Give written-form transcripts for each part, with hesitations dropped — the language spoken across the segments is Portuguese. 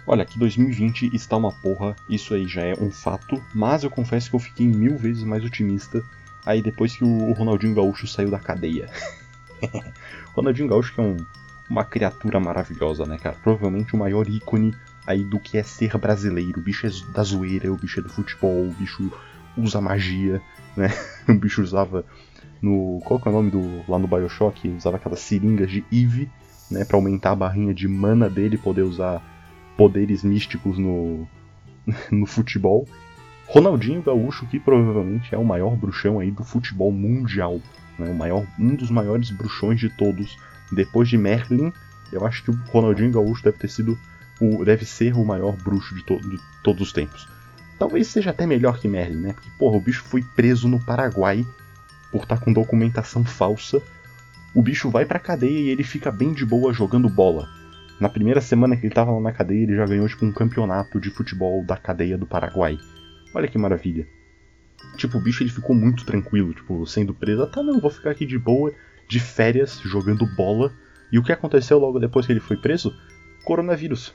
Olha, que 2020 está uma porra, isso aí já é um fato, mas eu confesso que eu fiquei 1000 vezes mais otimista aí depois que o Ronaldinho Gaúcho saiu da cadeia. Ronaldinho Gaúcho que é uma criatura maravilhosa, né, cara? Provavelmente o maior ícone aí do que é ser brasileiro. O bicho é da zoeira, o bicho é do futebol, o bicho usa magia, né? O bicho usava qual que é o nome lá no BioShock? Usava aquelas seringas de Eve, né, pra aumentar a barrinha de mana dele, poder usar poderes místicos no futebol. Ronaldinho Gaúcho, que provavelmente é o maior bruxão aí do futebol mundial, né, um dos maiores bruxões de todos, depois de Merlin. Eu acho que o Ronaldinho Gaúcho deve ser o maior bruxo de todos os tempos. Talvez seja até melhor que Merlin, né? Porque, porra, o bicho foi preso no Paraguai por estar com documentação falsa. O bicho vai pra cadeia e ele fica bem de boa jogando bola. Na primeira semana que ele tava lá na cadeia, ele já ganhou tipo um campeonato de futebol da cadeia do Paraguai. Olha que maravilha. Tipo, o bicho ele ficou muito tranquilo, tipo, sendo preso. Ah, tá, não, vou ficar aqui de boa, de férias, jogando bola. E o que aconteceu logo depois que ele foi preso? Coronavírus.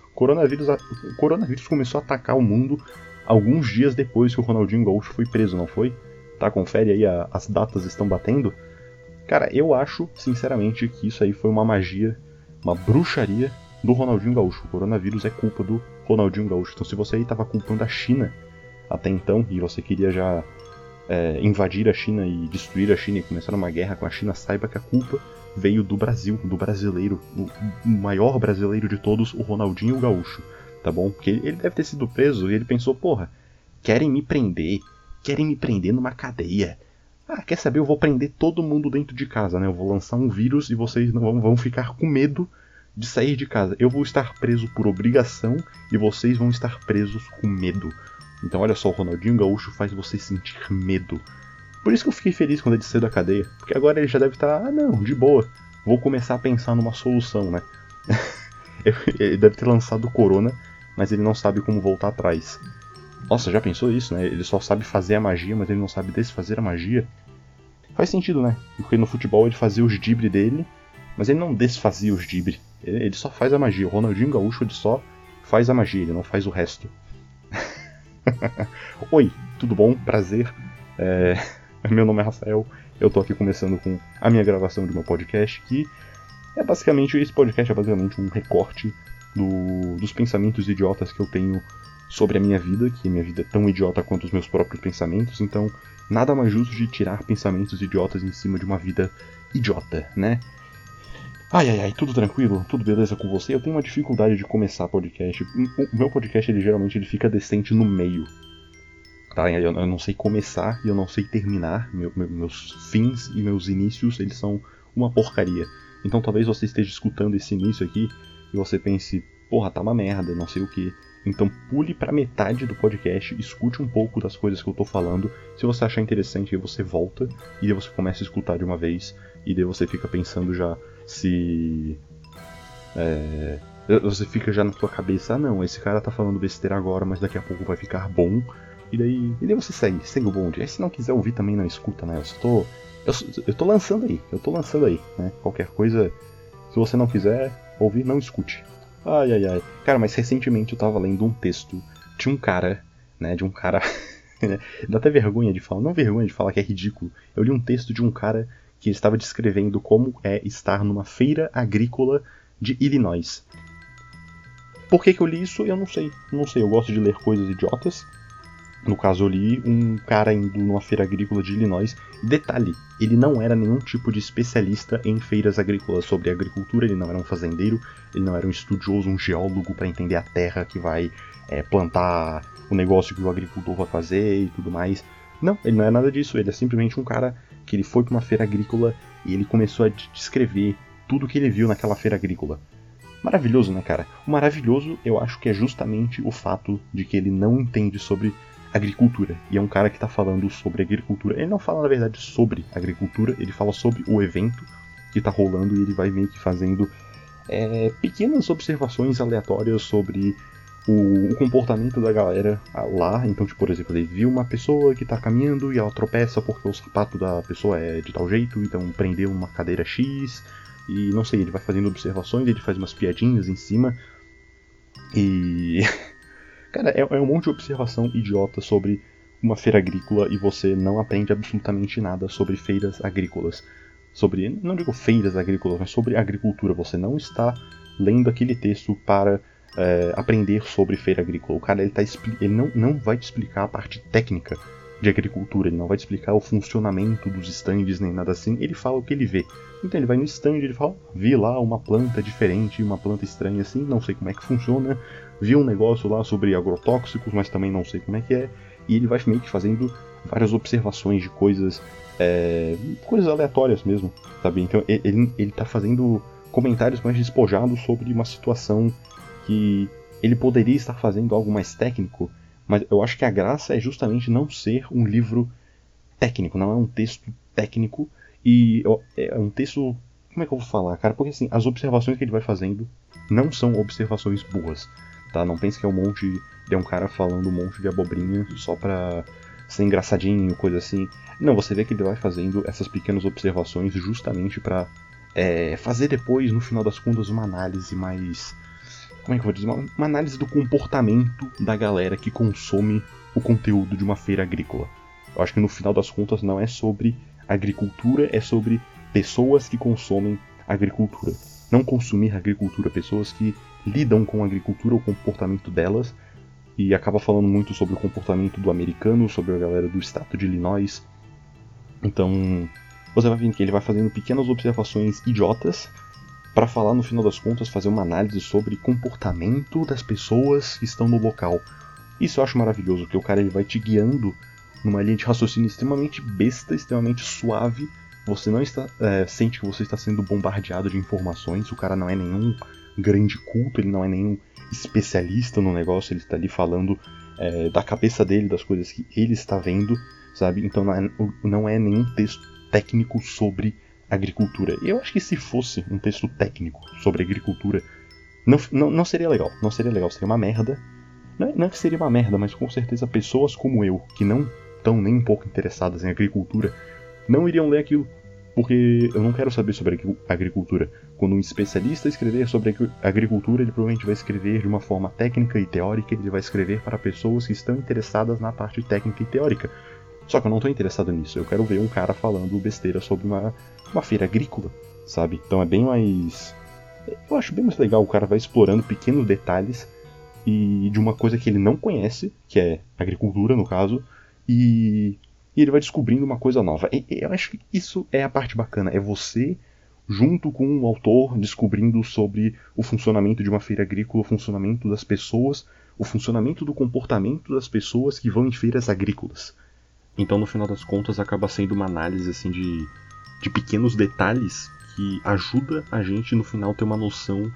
O coronavírus começou a atacar o mundo alguns dias depois que o Ronaldinho Gaúcho foi preso, não foi? Tá, confere aí, as datas estão batendo. Cara, eu acho, sinceramente, que isso aí foi uma magia, uma bruxaria do Ronaldinho Gaúcho. O coronavírus é culpa do Ronaldinho Gaúcho. Então se você aí tava culpando a China até então, e você queria já invadir a China e destruir a China e começar uma guerra com a China, saiba que a culpa veio do Brasil, do brasileiro, o maior brasileiro de todos, o Ronaldinho Gaúcho, tá bom? Porque ele deve ter sido preso e ele pensou, porra, querem me prender numa cadeia. Ah, quer saber, eu vou prender todo mundo dentro de casa, né? Eu vou lançar um vírus e vocês não vão ficar com medo de sair de casa. Eu vou estar preso por obrigação e vocês vão estar presos com medo. Então olha só, o Ronaldinho Gaúcho faz você sentir medo. Por isso que eu fiquei feliz quando ele saiu da cadeia. Porque agora ele já deve estar, de boa. Vou começar a pensar numa solução, né? Ele deve ter lançado o Corona, mas ele não sabe como voltar atrás. Nossa, já pensou isso, né? Ele só sabe fazer a magia, mas ele não sabe desfazer a magia. Faz sentido, né? Porque no futebol ele fazia os drible dele, mas ele não desfazia os drible. Ele só faz a magia. O Ronaldinho Gaúcho ele só faz a magia, ele não faz o resto. Oi, tudo bom? Prazer. Meu nome é Rafael, eu tô aqui começando com a minha gravação de meu podcast, que esse podcast é basicamente um recorte dos pensamentos idiotas que eu tenho sobre a minha vida, que a minha vida é tão idiota quanto os meus próprios pensamentos, então nada mais justo de tirar pensamentos idiotas em cima de uma vida idiota, né? Ai, tudo tranquilo? Tudo beleza com você? Eu tenho uma dificuldade de começar podcast. O meu podcast, geralmente ele fica decente no meio. Tá, eu não sei começar e eu não sei terminar. Meus fins e meus inícios, eles são uma porcaria. Então talvez você esteja escutando esse início aqui e você pense, porra, tá uma merda, não sei o que. Então pule pra metade do podcast, escute um pouco das coisas que eu tô falando. Se você achar interessante, aí você volta e aí você começa a escutar de uma vez. E daí você fica pensando já se... Você fica já na sua cabeça, não, esse cara tá falando besteira agora, mas daqui a pouco vai ficar bom. E daí você segue o bonde. Aí se não quiser ouvir também não escuta, né? Eu tô lançando aí, né? Qualquer coisa, se você não quiser ouvir, não escute. Ai. Cara, mas recentemente eu tava lendo um texto de um cara, né? Dá até vergonha de falar, não vergonha de falar que é ridículo. Eu li um texto de um cara que estava descrevendo como é estar numa feira agrícola de Illinois. Por que eu li isso? Eu não sei, eu gosto de ler coisas idiotas. No caso, eu li um cara indo numa feira agrícola de Illinois. Detalhe, ele não era nenhum tipo de especialista em feiras agrícolas sobre agricultura, ele não era um fazendeiro, ele não era um estudioso, um geólogo para entender a terra que vai plantar o negócio que o agricultor vai fazer e tudo mais. Não, ele não é nada disso, ele é simplesmente um cara que ele foi para uma feira agrícola e ele começou a descrever tudo que ele viu naquela feira agrícola. Maravilhoso, né, cara? O maravilhoso eu acho que é justamente o fato de que ele não entende sobre agricultura. E é um cara que tá falando sobre agricultura. Ele não fala, na verdade, sobre agricultura, ele fala sobre o evento que tá rolando e ele vai meio que fazendo pequenas observações aleatórias sobre o comportamento da galera lá. Então, tipo, por exemplo, ele viu uma pessoa que tá caminhando e ela tropeça porque o sapato da pessoa é de tal jeito, então prendeu uma cadeira X, e não sei, ele vai fazendo observações, ele faz umas piadinhas em cima. E... cara, é um monte de observação idiota sobre uma feira agrícola e você não aprende absolutamente nada sobre feiras agrícolas. Sobre, não digo feiras agrícolas, mas sobre agricultura. Você não está lendo aquele texto para aprender sobre feira agrícola. O cara ele não vai te explicar a parte técnica de agricultura, ele não vai te explicar o funcionamento dos estandes nem nada assim, ele fala o que ele vê. Então ele vai no stand e ele fala, vi lá uma planta diferente, uma planta estranha assim, não sei como é que funciona, vi um negócio lá sobre agrotóxicos, mas também não sei como é que é, e ele vai meio que fazendo várias observações de coisas aleatórias mesmo, sabe? Então ele tá fazendo comentários mais despojados sobre uma situação que ele poderia estar fazendo algo mais técnico, mas eu acho que a graça é justamente não ser um livro técnico, não é um texto técnico, e é um texto... como é que eu vou falar, cara? Porque assim, as observações que ele vai fazendo não são observações burras, tá? Não pense que é um cara falando um monte de abobrinha só pra ser engraçadinho, coisa assim. Não, você vê que ele vai fazendo essas pequenas observações justamente pra fazer depois, no final das contas, uma análise mais... como é que eu vou dizer? Uma análise do comportamento da galera que consome o conteúdo de uma feira agrícola. Eu acho que no final das contas não é sobre agricultura, é sobre pessoas que consomem agricultura. Não consumir agricultura, pessoas que lidam com a agricultura, o comportamento delas, e acaba falando muito sobre o comportamento do americano, sobre a galera do estado de Illinois. Então, você vai vendo que ele vai fazendo pequenas observações idiotas para falar, no final das contas, fazer uma análise sobre comportamento das pessoas que estão no local. Isso eu acho maravilhoso, porque o cara ele vai te guiando numa linha de raciocínio extremamente besta, extremamente suave. Você não sente que você está sendo bombardeado de informações, o cara não é nenhum grande culto, ele não é nenhum especialista no negócio, ele está ali falando da cabeça dele, das coisas que ele está vendo, sabe? Então não é nenhum texto técnico sobre agricultura. E eu acho que se fosse um texto técnico sobre agricultura, não seria legal. Não seria legal, seria uma merda. Não é que seria uma merda, mas com certeza pessoas como eu, que não estão nem um pouco interessadas em agricultura, não iriam ler aquilo. Porque eu não quero saber sobre agricultura. Quando um especialista escrever sobre agricultura, ele provavelmente vai escrever de uma forma técnica e teórica, ele vai escrever para pessoas que estão interessadas na parte técnica e teórica. Só que eu não estou interessado nisso, eu quero ver um cara falando besteira sobre uma feira agrícola, sabe? Então é bem mais... eu acho bem mais legal, o cara vai explorando pequenos detalhes e de uma coisa que ele não conhece, que é agricultura no caso, e ele vai descobrindo uma coisa nova. E eu acho que isso é a parte bacana, é você, junto com o autor, descobrindo sobre o funcionamento de uma feira agrícola, o funcionamento das pessoas, o funcionamento do comportamento das pessoas que vão em feiras agrícolas. Então, no final das contas, acaba sendo uma análise assim, de pequenos detalhes que ajuda a gente, no final, ter uma noção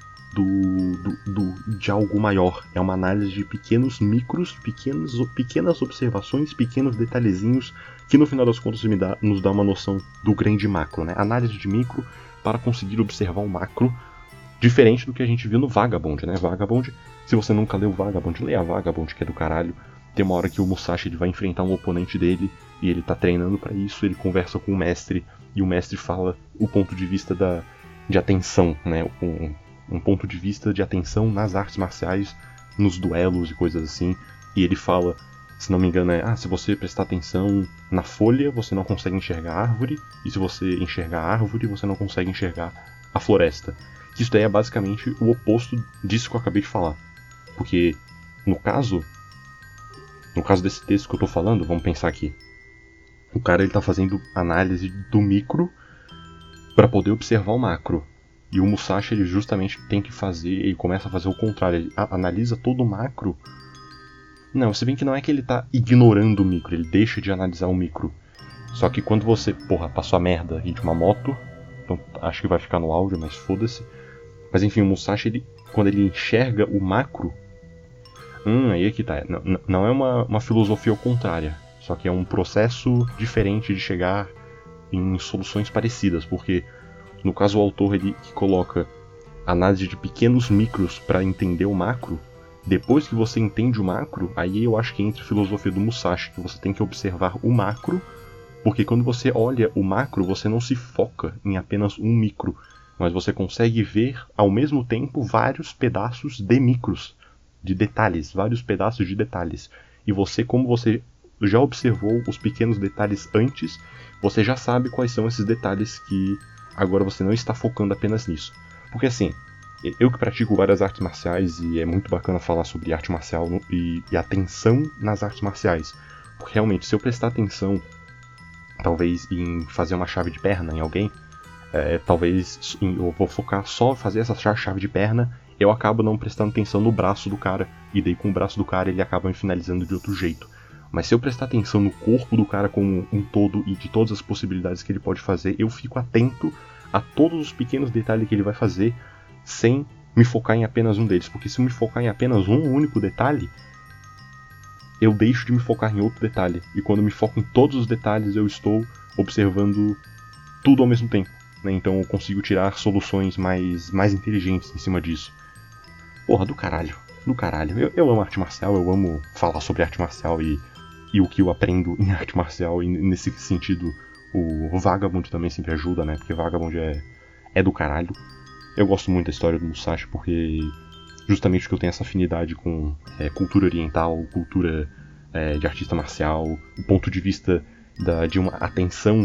de algo maior. É uma análise de pequenos micros, pequenas observações, pequenos detalhezinhos que no final das contas nos dá uma noção do grande macro, né? Análise de micro para conseguir observar o macro, diferente do que a gente viu no Vagabond, né? Vagabond, se você nunca leu Vagabond, leia Vagabond, que é do caralho. Tem uma hora que o Musashi ele vai enfrentar um oponente dele e ele tá treinando para isso, ele conversa com o mestre e o mestre fala o ponto de vista de atenção, né? Um ponto de vista de atenção nas artes marciais, nos duelos e coisas assim. E ele fala, se não me engano, se você prestar atenção na folha, você não consegue enxergar a árvore, e se você enxergar a árvore, você não consegue enxergar a floresta. Isso daí é basicamente o oposto disso que eu acabei de falar. Porque, no caso desse texto que eu tô falando, vamos pensar aqui. O cara ele tá fazendo análise do micro para poder observar o macro. E o Musashi ele justamente tem que fazer, ele começa a fazer o contrário, ele analisa todo o macro. Não, se bem que não é que ele tá ignorando o micro, ele deixa de analisar o micro. Só que quando você, passou a merda aí de uma moto, então acho que vai ficar no áudio, mas foda-se. Mas enfim, o Musashi, quando ele enxerga o macro, aí é que tá, não é uma filosofia ao contrária, só que é um processo diferente de chegar em soluções parecidas, porque no caso o autor ele que coloca análise de pequenos micros para entender o macro, depois que você entende o macro, aí eu acho que entra a filosofia do Musashi, que você tem que observar o macro, porque quando você olha o macro, você não se foca em apenas um micro, mas você consegue ver ao mesmo tempo vários pedaços de micros, de detalhes, vários pedaços de detalhes. E você, como você já observou os pequenos detalhes antes, você já sabe quais são esses detalhes que agora você não está focando apenas nisso. Porque assim, eu que pratico várias artes marciais e é muito bacana falar sobre arte marcial e atenção nas artes marciais. Porque realmente, se eu prestar atenção, talvez em fazer uma chave de perna em alguém, talvez eu vou focar só em fazer essa chave de perna, eu acabo não prestando atenção no braço do cara, e daí com o braço do cara ele acaba me finalizando de outro jeito. Mas se eu prestar atenção no corpo do cara como um todo e de todas as possibilidades que ele pode fazer, eu fico atento a todos os pequenos detalhes que ele vai fazer, sem me focar em apenas um deles. Porque se eu me focar em apenas um único detalhe, eu deixo de me focar em outro detalhe. E quando eu me foco em todos os detalhes, eu estou observando tudo ao mesmo tempo, né? Então eu consigo tirar soluções mais inteligentes em cima disso. Porra, do caralho. Do caralho. Eu amo arte marcial, eu amo falar sobre arte marcial e o que eu aprendo em arte marcial. E nesse sentido, o Vagabond também sempre ajuda, né? Porque Vagabond é do caralho. Eu gosto muito da história do Musashi porque justamente porque eu tenho essa afinidade com cultura oriental, cultura de artista marcial, o ponto de vista de uma atenção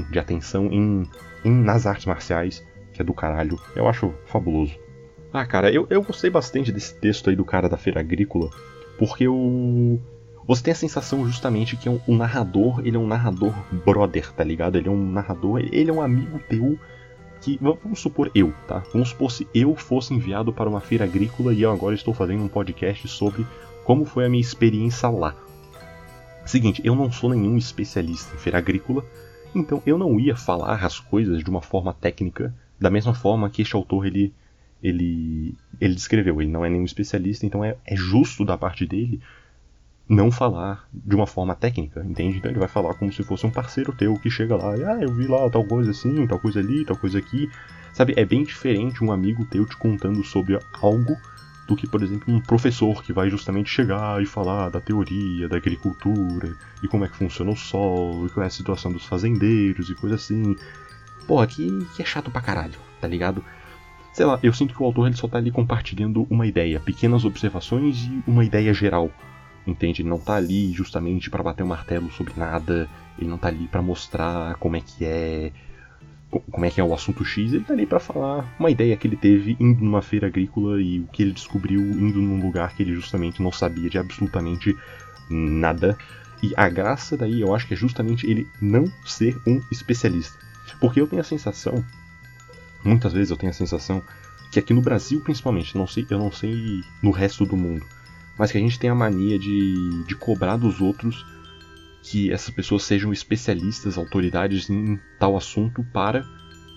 nas artes marciais, que é do caralho. Eu acho fabuloso. Ah, cara, eu gostei bastante desse texto aí do cara da Feira Agrícola, porque você tem a sensação justamente que o narrador, ele é um narrador brother, tá ligado? Ele é um narrador, ele é um amigo teu que, vamos supor eu, tá? Vamos supor se eu fosse enviado para uma feira agrícola e eu agora estou fazendo um podcast sobre como foi a minha experiência lá. Seguinte, eu não sou nenhum especialista em feira agrícola, então eu não ia falar as coisas de uma forma técnica, da mesma forma que este autor ele descreveu. Ele não é nenhum especialista, então é justo da parte dele não falar de uma forma técnica, entende? Então ele vai falar como se fosse um parceiro teu que chega lá e, eu vi lá tal coisa assim, tal coisa ali, tal coisa aqui. Sabe, é bem diferente um amigo teu te contando sobre algo do que, por exemplo, um professor que vai justamente chegar e falar da teoria, da agricultura, e como é que funciona o solo, e qual é a situação dos fazendeiros e coisa assim. Pô, aqui que é chato pra caralho, tá ligado? Sei lá, eu sinto que o autor ele só tá ali compartilhando uma ideia, pequenas observações e uma ideia geral. Entende? Ele não tá ali justamente para bater o martelo sobre nada, ele não tá ali para mostrar como é que é o assunto X, ele tá ali para falar uma ideia que ele teve indo numa feira agrícola e o que ele descobriu indo num lugar que ele justamente não sabia de absolutamente nada. E a graça daí eu acho que é justamente ele não ser um especialista. Porque eu tenho a sensação, muitas vezes eu tenho a sensação, que aqui no Brasil principalmente, eu não sei no resto do mundo, mas que a gente tem a mania de cobrar dos outros que essas pessoas sejam especialistas, autoridades em tal assunto para...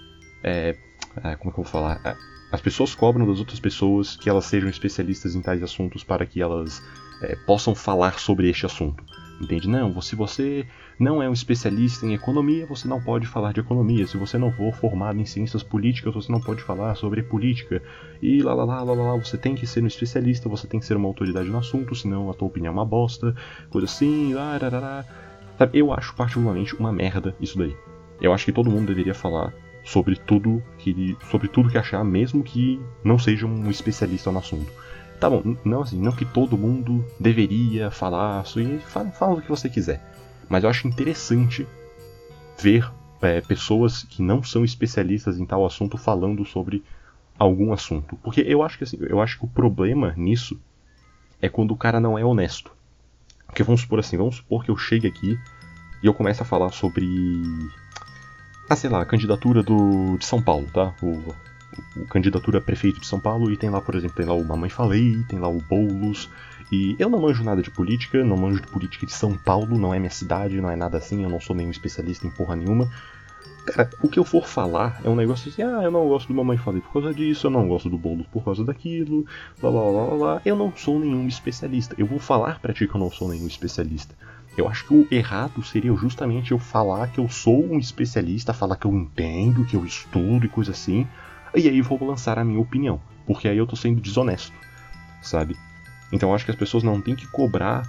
como é que eu vou falar? As pessoas cobram das outras pessoas que elas sejam especialistas em tais assuntos para que elas possam falar sobre este assunto. Entende? Não, se você não é um especialista em economia, você não pode falar de economia. Se você não for formado em ciências políticas, você não pode falar sobre política. E lá, você tem que ser um especialista, você tem que ser uma autoridade no assunto, senão a tua opinião é uma bosta, coisa assim, Sabe, eu acho particularmente uma merda isso daí. Eu acho que todo mundo deveria falar sobre tudo que achar, mesmo que não seja um especialista no assunto. Tá bom, não assim, não que todo mundo deveria falar, fala o que você quiser. Mas eu acho interessante ver pessoas que não são especialistas em tal assunto falando sobre algum assunto. Porque eu acho que o problema nisso é quando o cara não é honesto. Porque vamos supor que eu chegue aqui e eu comece a falar sobre, sei lá, a candidatura de São Paulo, tá? O candidatura a prefeito de São Paulo, e tem lá, por exemplo, tem lá o Mamãe Falei, tem lá o Boulos, e eu não manjo nada de política, não manjo de política de São Paulo, não é minha cidade, não é nada assim, eu não sou nenhum especialista em porra nenhuma. Cara, o que eu for falar é um negócio assim, eu não gosto do Mamãe Falei por causa disso, eu não gosto do Boulos por causa daquilo, eu não sou nenhum especialista, eu vou falar pra ti que eu não sou nenhum especialista. Eu acho que o errado seria justamente eu falar que eu sou um especialista, falar que eu entendo, que eu estudo e coisa assim, e aí vou lançar a minha opinião, porque aí eu tô sendo desonesto, sabe? Então eu acho que as pessoas não têm que cobrar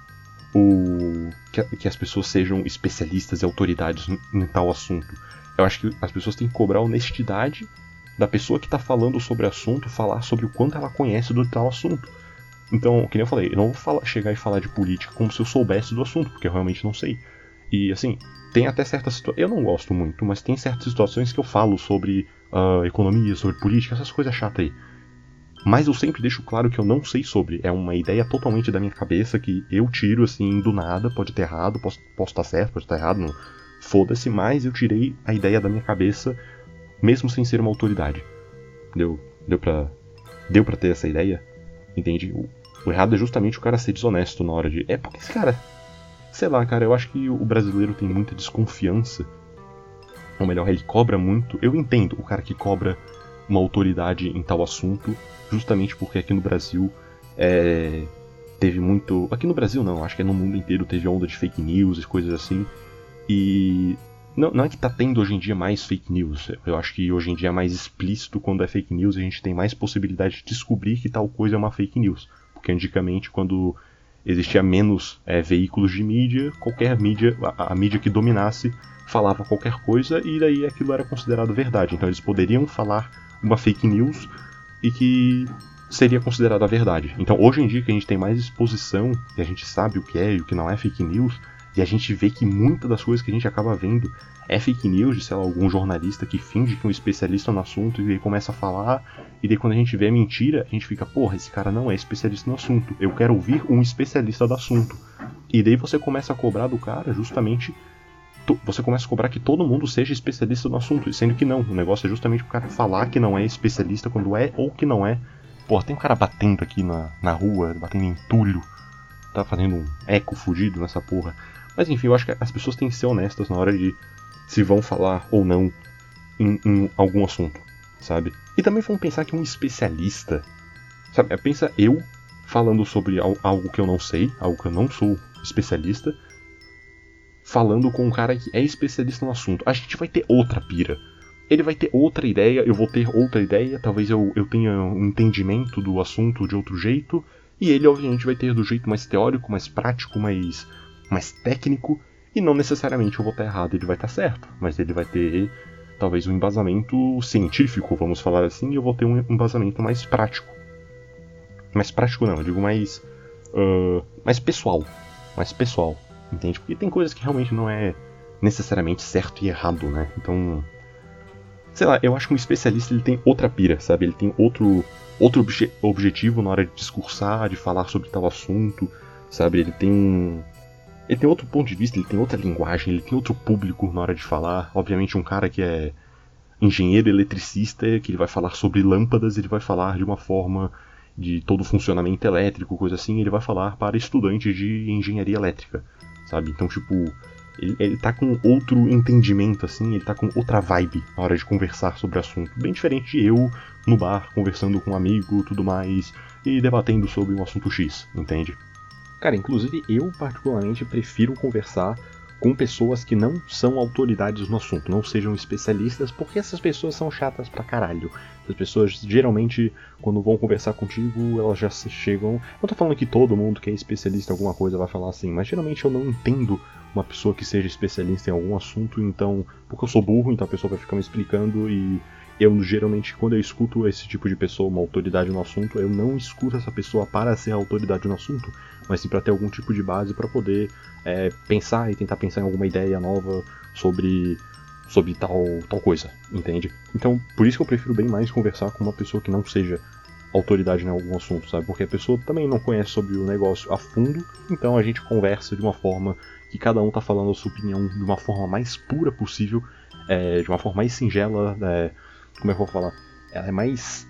que as pessoas sejam especialistas e autoridades em tal assunto. Eu acho que as pessoas têm que cobrar honestidade da pessoa que tá falando sobre o assunto falar sobre o quanto ela conhece do tal assunto. Então, que nem eu falei, eu não vou chegar e falar de política como se eu soubesse do assunto, porque eu realmente não sei. E assim, tem até certas situações, eu não gosto muito, mas tem certas situações que eu falo sobre economia, sobre política, essas coisas chatas aí. Mas eu sempre deixo claro que eu não sei sobre. É uma ideia totalmente da minha cabeça que eu tiro assim do nada, pode ter errado, posso estar certo, pode estar errado, não. Foda-se, mas eu tirei a ideia da minha cabeça mesmo sem ser uma autoridade. Deu pra ter essa ideia? Entende? O errado é justamente o cara ser desonesto na hora de... É porque esse cara... Sei lá, cara, eu acho que o brasileiro tem muita desconfiança. Ou melhor, ele cobra muito. Eu entendo o cara que cobra uma autoridade em tal assunto, justamente porque aqui no Brasil teve muito... Aqui no Brasil não, acho que no mundo inteiro teve onda de fake news e coisas assim. E não é que tá tendo hoje em dia mais fake news. Eu acho que hoje em dia é mais explícito quando é fake news, a gente tem mais possibilidade de descobrir que tal coisa é uma fake news. Porque antigamente, quando existia menos veículos de mídia, qualquer mídia, a mídia que dominasse, falava qualquer coisa e daí aquilo era considerado verdade. Então eles poderiam falar uma fake news e que seria considerado a verdade. Então hoje em dia que a gente tem mais exposição e a gente sabe o que é e o que não é fake news, e a gente vê que muitas das coisas que a gente acaba vendo é fake news, de, sei lá, algum jornalista que finge que é um especialista no assunto e aí começa a falar, e daí quando a gente vê a mentira, a gente fica, porra, esse cara não é especialista no assunto, eu quero ouvir um especialista do assunto. E daí você começa a cobrar do cara justamente, você começa a cobrar que todo mundo seja especialista no assunto, sendo que não, o negócio é justamente o cara falar que não é especialista quando é ou que não é. Porra, tem um cara batendo aqui na rua, batendo em entulho, tá fazendo um eco fudido nessa porra. Mas enfim, eu acho que as pessoas têm que ser honestas na hora de se vão falar ou não em algum assunto, sabe? E também vamos pensar que um especialista, sabe? Pensa eu falando sobre algo que eu não sei, algo que eu não sou especialista, falando com um cara que é especialista no assunto. A gente vai ter outra pira. Ele vai ter outra ideia, eu vou ter outra ideia, talvez eu tenha um entendimento do assunto de outro jeito, e ele obviamente vai ter do jeito mais teórico, mais prático, mais técnico, e não necessariamente eu vou estar errado, ele vai estar certo, mas ele vai ter talvez um embasamento científico, vamos falar assim, e eu vou ter um embasamento mais prático. Mais prático não, eu digo mais pessoal, entende? Porque tem coisas que realmente não é necessariamente certo e errado, né? Então, sei lá, eu acho que um especialista ele tem outra pira, sabe? Ele tem outro objetivo na hora de discursar, de falar sobre tal assunto, sabe? Ele tem outro ponto de vista, ele tem outra linguagem, ele tem outro público na hora de falar. Obviamente um cara que é engenheiro eletricista, que ele vai falar sobre lâmpadas, ele vai falar de uma forma de todo o funcionamento elétrico, coisa assim, ele vai falar para estudantes de engenharia elétrica, sabe? Então, tipo, ele tá com outro entendimento, assim, ele tá com outra vibe na hora de conversar sobre o assunto. Bem diferente de eu, no bar, conversando com um amigo, tudo mais, e debatendo sobre um assunto X, entende? Cara, inclusive eu particularmente prefiro conversar com pessoas que não são autoridades no assunto, não sejam especialistas, porque essas pessoas são chatas pra caralho. As pessoas geralmente, quando vão conversar contigo, elas já chegam... Não tô falando que todo mundo que é especialista em alguma coisa vai falar assim, mas geralmente eu não entendo uma pessoa que seja especialista em algum assunto, então... Porque eu sou burro, então a pessoa vai ficar me explicando e... Eu geralmente, quando eu escuto esse tipo de pessoa, uma autoridade no assunto, eu não escuto essa pessoa para ser autoridade no assunto, mas sim para ter algum tipo de base para poder pensar e tentar pensar em alguma ideia nova sobre tal coisa, entende? Então, por isso que eu prefiro bem mais conversar com uma pessoa que não seja autoridade em algum assunto, sabe? Porque a pessoa também não conhece sobre o negócio a fundo, então a gente conversa de uma forma que cada um tá falando a sua opinião de uma forma mais pura possível, de uma forma mais singela, como é que eu vou falar? Ela é mais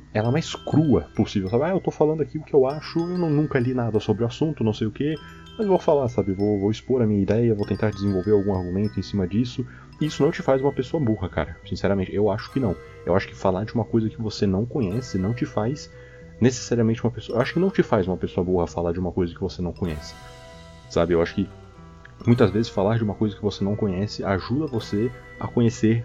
crua possível, sabe? Eu tô falando aqui o que eu acho, eu nunca li nada sobre o assunto, não sei o que, mas vou falar, sabe? Vou expor a minha ideia, vou tentar desenvolver algum argumento em cima disso. E isso não te faz uma pessoa burra, cara. Sinceramente, eu acho que não. Eu acho que falar de uma coisa que você não conhece não te faz necessariamente uma pessoa... Eu acho que não te faz uma pessoa burra falar de uma coisa que você não conhece, sabe? Eu acho que muitas vezes falar de uma coisa que você não conhece ajuda você a conhecer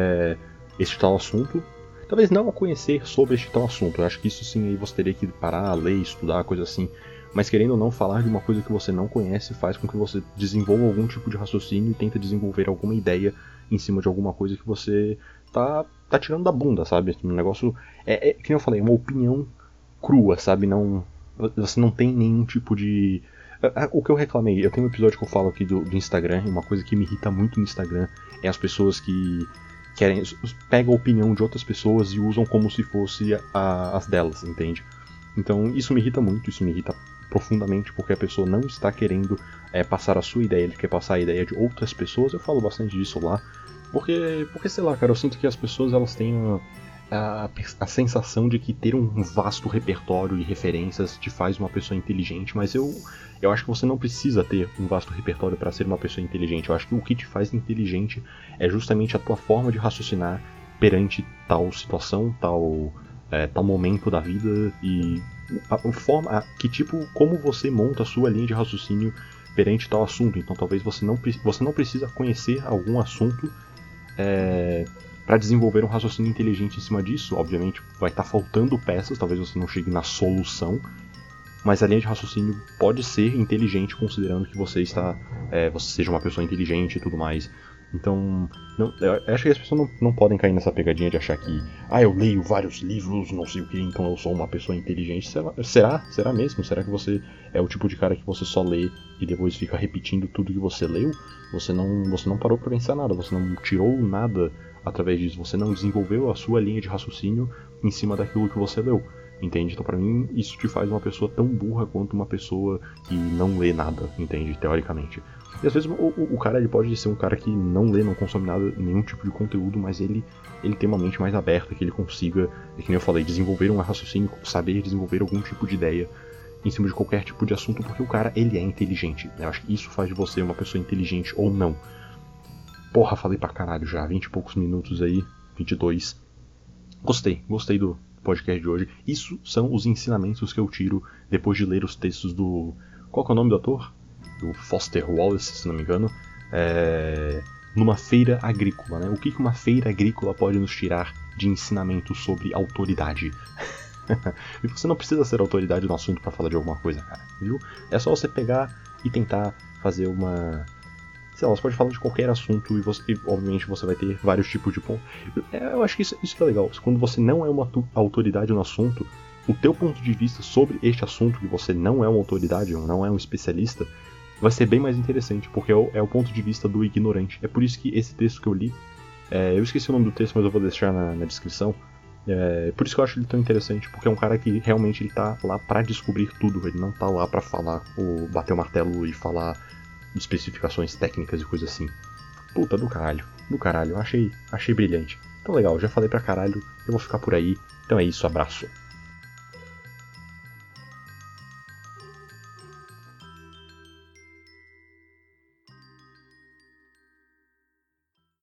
este tal assunto. Talvez não a conhecer sobre este tal assunto. Eu acho que isso sim aí você teria que parar, ler, estudar, coisa assim. Mas querendo ou não, falar de uma coisa que você não conhece faz com que você desenvolva algum tipo de raciocínio e tenta desenvolver alguma ideia em cima de alguma coisa que você tá tá tirando da bunda, sabe? Um negócio, que eu falei, uma opinião crua, sabe? Não, você não tem nenhum tipo de... O que eu reclamei, eu tenho um episódio que eu falo aqui do Instagram, uma coisa que me irrita muito no Instagram é as pessoas que pegam a opinião de outras pessoas e usam como se fosse as delas, entende? Então isso me irrita muito, isso me irrita profundamente, porque a pessoa não está querendo passar a sua ideia, ele quer passar a ideia de outras pessoas. Eu falo bastante disso lá, porque sei lá, cara, eu sinto que as pessoas elas têm a sensação de que ter um vasto repertório de referências te faz uma pessoa inteligente, mas eu acho que você não precisa ter um vasto repertório para ser uma pessoa inteligente. Eu acho que o que te faz inteligente é justamente a tua forma de raciocinar perante tal situação, tal momento da vida e como você monta a sua linha de raciocínio perante tal assunto. Então talvez você não precisa conhecer algum assunto para desenvolver um raciocínio inteligente em cima disso. Obviamente vai estar faltando peças, talvez você não chegue na solução, mas a linha de raciocínio pode ser inteligente considerando que você seja uma pessoa inteligente e tudo mais. Então, eu acho que as pessoas não podem cair nessa pegadinha de achar que eu leio vários livros, não sei o que, então eu sou uma pessoa inteligente. Será mesmo? Será que você é o tipo de cara que você só lê e depois fica repetindo tudo que você leu? Você não parou pra pensar nada, você não tirou nada através disso, você não desenvolveu a sua linha de raciocínio em cima daquilo que você leu. Entende? Então pra mim isso te faz uma pessoa tão burra quanto uma pessoa que não lê nada, entende? Teoricamente. E às vezes o cara ele pode ser um cara que não lê, não consome nada, nenhum tipo de conteúdo, mas ele tem uma mente mais aberta, que ele consiga, que nem eu falei, desenvolver um raciocínio, saber desenvolver algum tipo de ideia em cima de qualquer tipo de assunto, porque o cara ele é inteligente. Eu acho que isso faz de você uma pessoa inteligente ou não. Porra, falei pra caralho já, 20 e poucos minutos aí, 22. Gostei do podcast de hoje. Isso são os ensinamentos que eu tiro depois de ler os textos do... Qual que é o nome do ator? Do Foster Wallace, se não me engano. Numa feira agrícola, né? O que uma feira agrícola pode nos tirar de ensinamento sobre autoridade? E você não precisa ser autoridade no assunto pra falar de alguma coisa, cara, viu? É só você pegar e tentar fazer uma... Sei lá, você pode falar de qualquer assunto e obviamente você vai ter vários tipos de pontos. Eu acho que isso que é legal. Quando você não é uma autoridade no assunto, o teu ponto de vista sobre este assunto, que você não é uma autoridade, não é um especialista, vai ser bem mais interessante, porque é o ponto de vista do ignorante. É por isso que esse texto que eu li, eu esqueci o nome do texto, mas eu vou deixar na descrição. Por isso que eu acho ele tão interessante, porque é um cara que realmente ele tá lá pra descobrir tudo, ele não tá lá pra falar, ou bater o martelo e falar especificações técnicas e coisa assim. Puta, do caralho, achei brilhante. Então legal, já falei pra caralho, eu vou ficar por aí. Então é isso, abraço.